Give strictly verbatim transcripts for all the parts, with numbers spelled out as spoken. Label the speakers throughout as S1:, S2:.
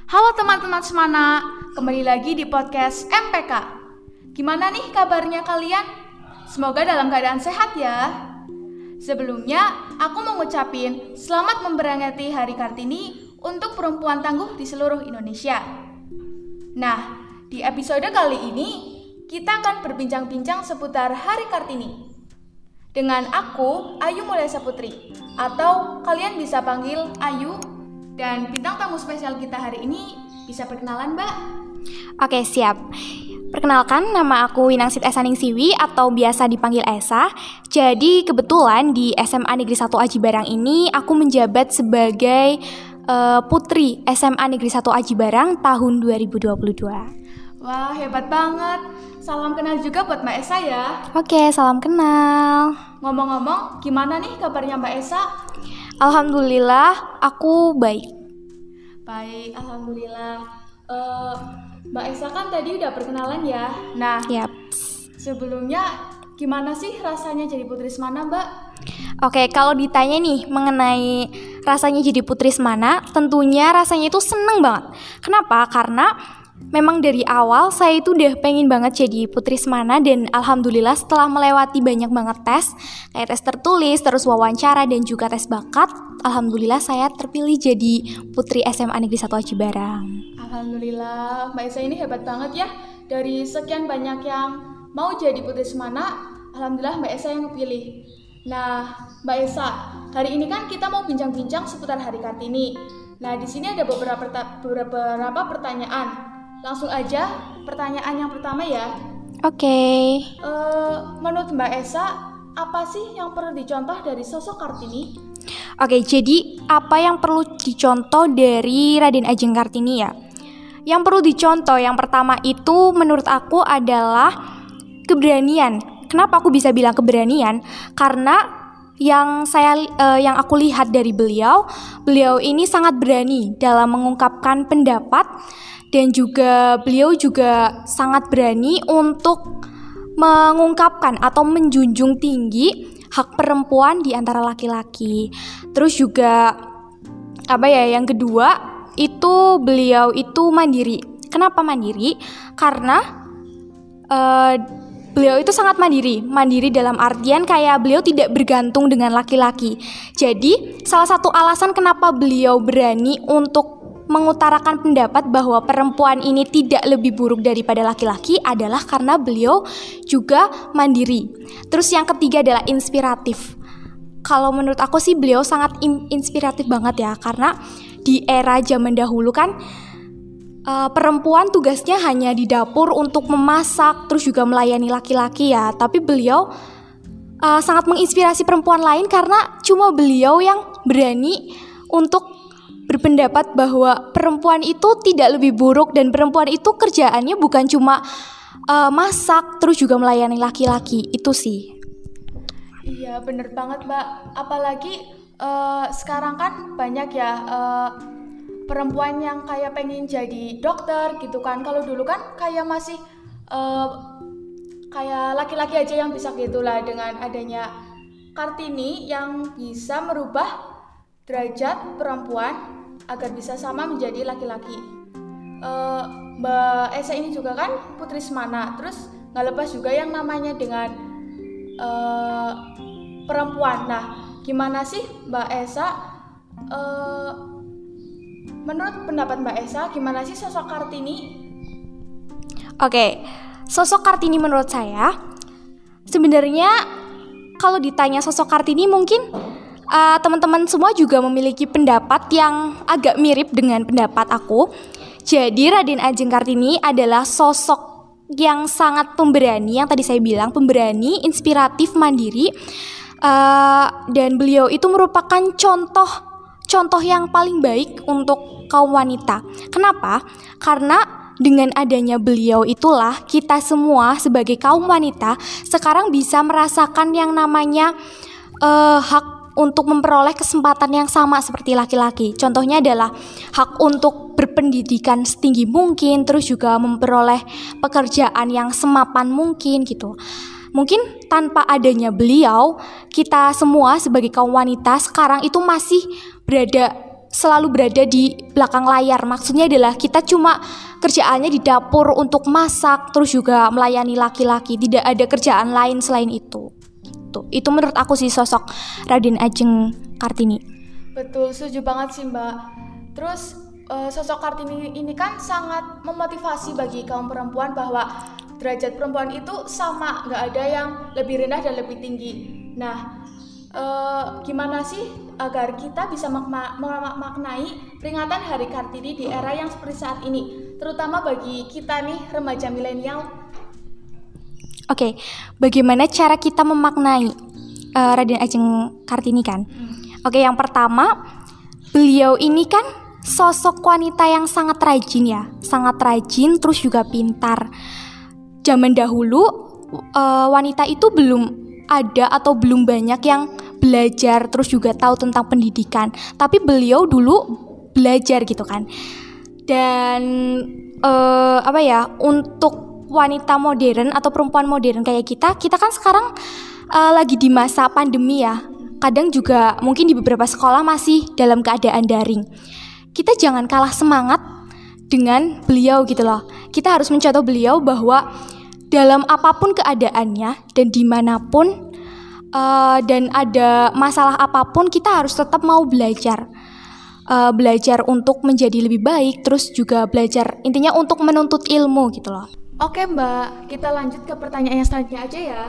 S1: Halo teman-teman semana, kembali lagi di podcast M P K. Gimana nih kabarnya kalian? Semoga dalam keadaan sehat ya. Sebelumnya, aku mau ngucapin selamat memperingati Hari Kartini untuk perempuan tangguh di seluruh Indonesia. Nah, di episode kali ini, kita akan berbincang-bincang seputar Hari Kartini. Dengan aku, Ayu Mulyasa Putri, atau kalian bisa panggil Ayu. Dan bintang tamu spesial kita hari ini bisa perkenalan, Mbak?
S2: Oke, siap. Perkenalkan, nama aku Winangsit Esaningsiwi atau biasa dipanggil Esa. Jadi kebetulan di S M A Negeri satu Aji Barang ini aku menjabat sebagai uh, putri S M A Negeri satu Aji Barang tahun dua ribu dua puluh dua.
S1: Wah, hebat banget. Salam kenal juga buat Mbak Esa ya.
S2: Oke, salam kenal.
S1: Ngomong-ngomong, gimana nih kabarnya Mbak Esa?
S2: Alhamdulillah, aku baik.
S1: Baik, alhamdulillah. Uh, Mbak Esa kan tadi udah perkenalan ya. Nah,
S2: yep.
S1: Sebelumnya gimana sih rasanya jadi putri semana, Mbak?
S2: Oke, kalau ditanya nih mengenai rasanya jadi putri semana, tentunya rasanya itu seneng banget. Kenapa? Karena memang dari awal saya itu udah pengen banget jadi putri semana, dan alhamdulillah setelah melewati banyak banget tes, kayak tes tertulis, terus wawancara dan juga tes bakat, alhamdulillah saya terpilih jadi putri S M A Negeri satu Aji Barang.
S1: Alhamdulillah, Mbak Esa ini hebat banget ya. Dari sekian banyak yang mau jadi putri semana, alhamdulillah Mbak Esa yang kepilih. Nah, Mbak Esa, hari ini kan kita mau bincang-bincang seputar Hari Kartini. Nah, di sini ada beberapa beberapa pertanyaan. Langsung aja pertanyaan yang pertama ya.
S2: Oke. Okay.
S1: Uh, menurut Mbak Esa, apa sih yang perlu dicontoh dari sosok Kartini?
S2: Oke, okay, jadi apa yang perlu dicontoh dari Raden Ajeng Kartini ya? Yang perlu dicontoh yang pertama itu menurut aku adalah keberanian. Kenapa aku bisa bilang keberanian? Karena yang saya uh, yang aku lihat dari beliau, beliau ini sangat berani dalam mengungkapkan pendapat. Dan juga beliau juga sangat berani untuk mengungkapkan atau menjunjung tinggi hak perempuan di antara laki-laki. Terus juga apa ya, yang kedua itu beliau itu mandiri. Kenapa mandiri? Karena uh, beliau itu sangat mandiri. Mandiri dalam artian kayak beliau tidak bergantung dengan laki-laki. Jadi salah satu alasan kenapa beliau berani untuk mengutarakan pendapat bahwa perempuan ini tidak lebih buruk daripada laki-laki adalah karena beliau juga mandiri. Terus yang ketiga adalah inspiratif. Kalau menurut aku sih beliau sangat in- inspiratif banget ya, karena di era zaman dahulu kan uh, perempuan tugasnya hanya di dapur untuk memasak, terus juga melayani laki-laki ya. Tapi beliau uh, sangat menginspirasi perempuan lain karena cuma beliau yang berani untuk berpendapat bahwa perempuan itu tidak lebih buruk dan perempuan itu kerjaannya bukan cuma uh, masak, terus juga melayani laki-laki. Itu sih.
S1: Iya, bener banget, Mbak. Apalagi uh, sekarang kan banyak ya uh, perempuan yang kayak pengen jadi dokter gitu kan. Kalau dulu kan kayak masih uh, kayak laki-laki aja yang bisa gitulah. Dengan adanya Kartini yang bisa merubah derajat perempuan agar bisa sama menjadi laki-laki. uh, Mbak Esa ini juga kan putri semana, terus gak lepas juga yang namanya dengan uh, perempuan. Nah, gimana sih Mbak Esa, uh, menurut pendapat Mbak Esa, gimana sih sosok Kartini?
S2: Oke, sosok Kartini menurut saya, sebenarnya kalau ditanya sosok Kartini mungkin Uh, teman-teman semua juga memiliki pendapat yang agak mirip dengan pendapat aku. Jadi Raden Ajeng Kartini adalah sosok yang sangat pemberani, yang tadi saya bilang pemberani, inspiratif, mandiri, uh, dan beliau itu merupakan contoh contoh yang paling baik untuk kaum wanita. Kenapa? Karena dengan adanya beliau itulah kita semua sebagai kaum wanita sekarang bisa merasakan yang namanya uh, hak untuk memperoleh kesempatan yang sama seperti laki-laki. Contohnya adalah hak untuk berpendidikan setinggi mungkin, terus juga memperoleh pekerjaan yang semapan mungkin gitu. Mungkin tanpa adanya beliau, kita semua sebagai kaum wanita sekarang itu masih berada selalu berada di belakang layar. Maksudnya adalah kita cuma kerjaannya di dapur untuk masak, terus juga melayani laki-laki. Tidak ada kerjaan lain selain itu. Gitu. Itu menurut aku sih sosok Raden Ajeng Kartini.
S1: Betul, setuju banget sih Mbak. Terus uh, sosok Kartini ini kan sangat memotivasi bagi kaum perempuan bahwa derajat perempuan itu sama, nggak ada yang lebih rendah dan lebih tinggi. Nah, uh, gimana sih agar kita bisa makna, memaknai peringatan Hari Kartini di era yang seperti saat ini, terutama bagi kita nih remaja milenial?
S2: Oke, okay. Bagaimana cara kita memaknai uh, Raden Ajeng Kartini kan? Hmm. Oke, okay, yang pertama, beliau ini kan sosok wanita yang sangat rajin ya, sangat rajin, terus juga pintar. Zaman dahulu uh, wanita itu belum ada atau belum banyak yang belajar terus juga tahu tentang pendidikan. Tapi beliau dulu belajar gitu kan. Dan uh, apa ya, untuk wanita modern atau perempuan modern kayak kita, kita kan sekarang uh, lagi di masa pandemi ya. Kadang juga mungkin di beberapa sekolah masih dalam keadaan daring. Kita jangan kalah semangat dengan beliau gitu loh. Kita harus mencontoh beliau bahwa dalam apapun keadaannya dan dimanapun uh, dan ada masalah apapun, kita harus tetap mau belajar. Uh, belajar untuk menjadi lebih baik, terus juga belajar intinya untuk menuntut ilmu gitu loh.
S1: Oke Mbak, kita lanjut ke pertanyaan yang selanjutnya aja ya.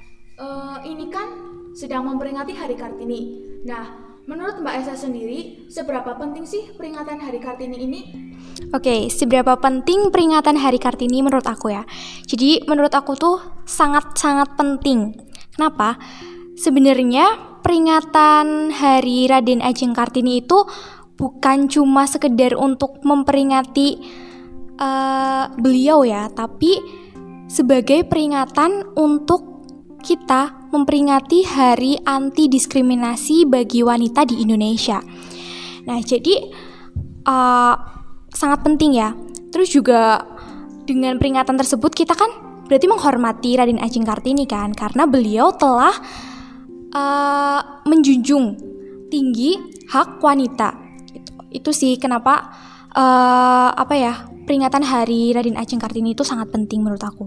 S1: Uh, ini kan sedang memperingati Hari Kartini. Nah, menurut Mbak Esa sendiri, seberapa penting sih peringatan Hari Kartini ini?
S2: Oke, seberapa penting peringatan Hari Kartini menurut aku ya. Jadi menurut aku tuh sangat-sangat penting. Kenapa? Sebenarnya peringatan Hari Raden Ajeng Kartini itu bukan cuma sekedar untuk memperingati uh, beliau ya, tapi sebagai peringatan untuk kita memperingati Hari Anti Diskriminasi bagi wanita di Indonesia. Nah, jadi uh, sangat penting ya. Terus juga dengan peringatan tersebut kita kan berarti menghormati Raden Ajeng Kartini kan, karena beliau telah uh, menjunjung tinggi hak wanita. Itu, itu sih kenapa uh, apa ya peringatan Hari Raden Ajeng Kartini itu sangat penting menurut aku.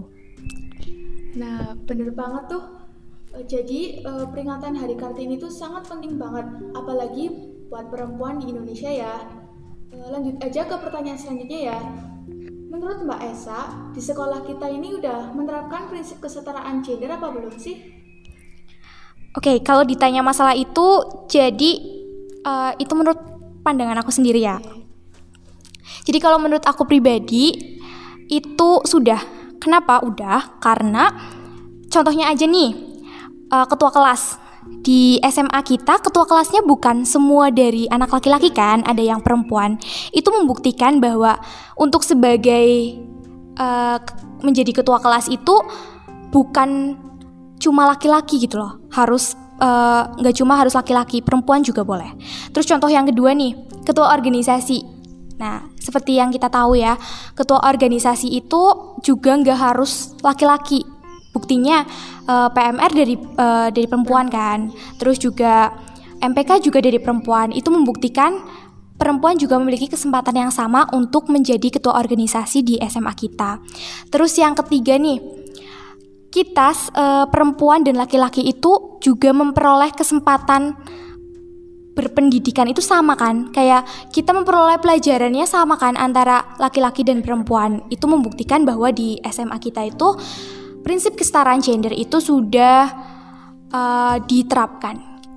S1: Nah, bener banget tuh. Jadi uh, peringatan Hari Kartini itu sangat penting banget, apalagi buat perempuan di Indonesia ya. Uh, lanjut aja ke pertanyaan selanjutnya ya. Menurut Mbak Esa, di sekolah kita ini udah menerapkan prinsip kesetaraan gender apa belum sih?
S2: Oke, okay, kalau ditanya masalah itu, jadi uh, itu menurut pandangan aku sendiri ya. Jadi kalau menurut aku pribadi itu sudah. Kenapa udah? Karena contohnya aja nih. Ketua kelas di S M A kita, ketua kelasnya bukan semua dari anak laki-laki kan, ada yang perempuan. Itu membuktikan bahwa untuk sebagai uh, menjadi ketua kelas itu bukan cuma laki-laki gitu loh, harus uh, nggak cuma harus laki-laki, perempuan juga boleh. Terus contoh yang kedua nih, ketua organisasi. Nah, seperti yang kita tahu ya, ketua organisasi itu juga nggak harus laki-laki. Buktinya uh, P M R dari uh, dari perempuan kan, terus juga M P K juga dari perempuan. Itu membuktikan perempuan juga memiliki kesempatan yang sama untuk menjadi ketua organisasi di S M A kita. Terus yang ketiga nih, kita uh, perempuan dan laki-laki itu juga memperoleh kesempatan berpendidikan itu sama kan, kayak kita memperoleh pelajarannya sama kan antara laki-laki dan perempuan. Itu membuktikan bahwa di S M A kita itu prinsip kesetaraan gender itu sudah uh, diterapkan.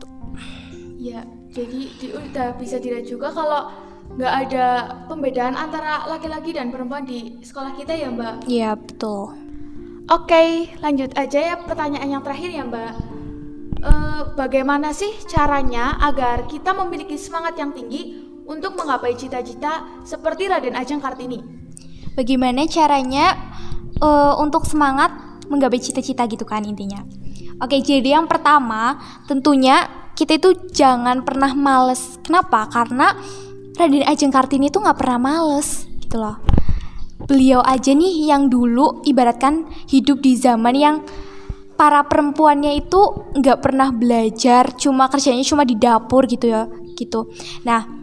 S1: Ya, jadi di, udah bisa dilihat juga kalau nggak ada pembedaan antara laki-laki dan perempuan di sekolah kita ya Mbak?
S2: Iya, betul.
S1: Oke, lanjut aja ya pertanyaan yang terakhir ya Mbak. Uh, bagaimana sih caranya agar kita memiliki semangat yang tinggi untuk menggapai cita-cita seperti Raden Ajeng Kartini?
S2: Bagaimana caranya uh, untuk semangat menggapai cita-cita gitu kan intinya. Oke, jadi yang pertama tentunya kita itu jangan pernah males. Kenapa? Karena Raden Ajeng Kartini itu gak pernah males gitu loh. Beliau aja nih yang dulu ibaratkan hidup di zaman yang para perempuannya itu gak pernah belajar, cuma kerjanya cuma di dapur gitu ya gitu. Nah,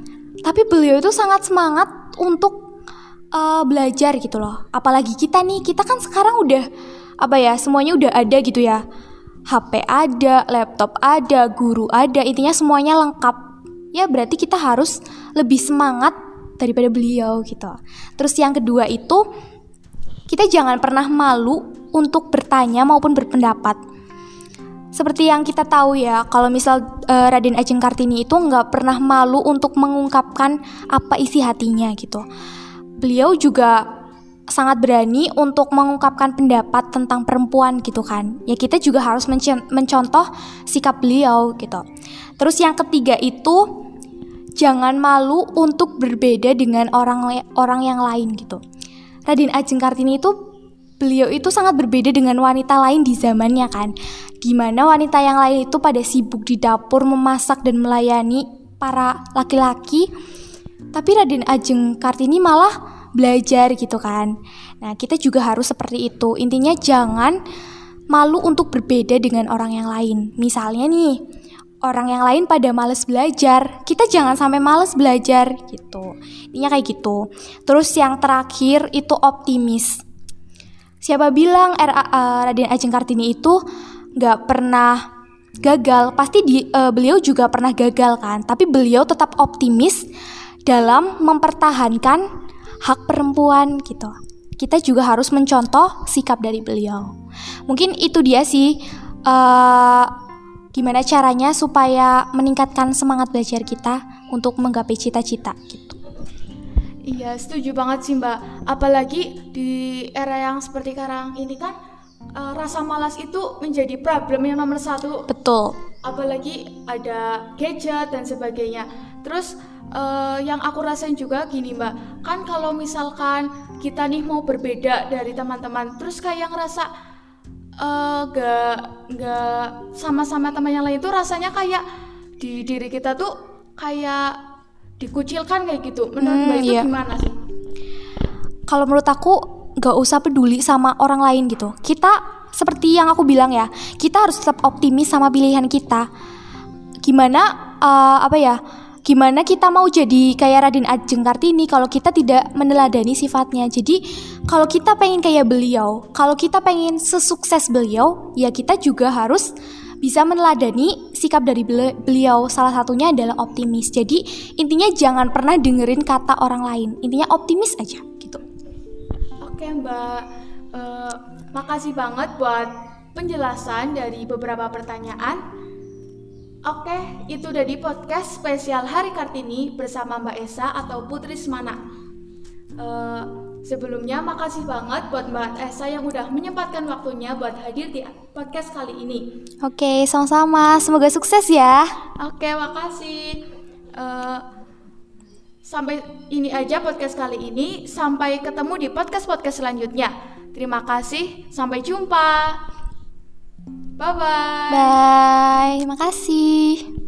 S2: Tapi beliau itu sangat semangat untuk uh, belajar gitu loh. Apalagi kita nih, kita kan sekarang udah apa ya, semuanya udah ada gitu ya. H P ada, laptop ada, guru ada, intinya semuanya lengkap. Ya berarti kita harus lebih semangat daripada beliau gitu. Terus yang kedua itu, kita jangan pernah malu untuk bertanya maupun berpendapat. Seperti yang kita tahu ya, kalau misal uh, Raden Ajeng Kartini itu nggak pernah malu untuk mengungkapkan apa isi hatinya gitu. Beliau juga sangat berani untuk mengungkapkan pendapat tentang perempuan gitu kan. Ya kita juga harus menc- mencontoh sikap beliau gitu. Terus yang ketiga itu, jangan malu untuk berbeda dengan orang orang yang lain gitu. Raden Ajeng Kartini itu, beliau itu sangat berbeda dengan wanita lain di zamannya kan. Dimana wanita yang lain itu pada sibuk di dapur memasak dan melayani para laki-laki, tapi Raden Ajeng Kartini malah belajar gitu kan. Nah kita juga harus seperti itu. Intinya jangan malu untuk berbeda dengan orang yang lain. Misalnya nih, orang yang lain pada males belajar, kita jangan sampai males belajar gitu. Intinya kayak gitu. Terus yang terakhir itu optimis. Siapa bilang R A, uh, Raden Ajeng Kartini itu gak pernah gagal? Pasti di, uh, beliau juga pernah gagal kan. Tapi beliau tetap optimis dalam mempertahankan hak perempuan gitu. Kita juga harus mencontoh sikap dari beliau. Mungkin itu dia sih uh, gimana caranya supaya meningkatkan semangat belajar kita untuk menggapai cita-cita gitu.
S1: Iya, setuju banget sih Mbak. Apalagi di era yang seperti sekarang ini kan, uh, rasa malas itu menjadi problem yang nomor satu.
S2: Betul.
S1: Apalagi ada gadget dan sebagainya. Terus uh, yang aku rasain juga gini Mbak, kan kalau misalkan kita nih mau berbeda dari teman-teman, terus kayak ngerasa uh, gak, gak sama-sama teman yang lain, itu rasanya kayak di diri kita tuh kayak dikucilkan kayak gitu. Menurut
S2: hmm,
S1: Mbak itu
S2: iya.
S1: gimana sih?
S2: Kalau menurut aku gak usah peduli sama orang lain gitu. Kita seperti yang aku bilang ya, kita harus tetap optimis sama pilihan kita. Gimana uh, apa ya? Gimana kita mau jadi kayak Raden Ajeng Kartini kalau kita tidak meneladani sifatnya. Jadi kalau kita pengen kayak beliau, kalau kita pengen sesukses beliau, ya kita juga harus bisa meneladani sikap dari beliau. Salah satunya adalah optimis. Jadi intinya jangan pernah dengerin kata orang lain. Intinya optimis aja gitu.
S1: Oke Mbak, uh, makasih banget buat penjelasan dari beberapa pertanyaan. Oke, itu dari podcast spesial Hari Kartini bersama Mbak Esa atau Putri Semana. Uh, sebelumnya makasih banget buat Mbak Esa yang udah menyempatkan waktunya buat hadir di podcast kali ini.
S2: Oke, sama-sama. Semoga sukses ya.
S1: Oke, makasih. Uh, sampai ini aja podcast kali ini. Sampai ketemu di podcast-podcast selanjutnya. Terima kasih. Sampai jumpa. Bye-bye.
S2: Bye. Makasih.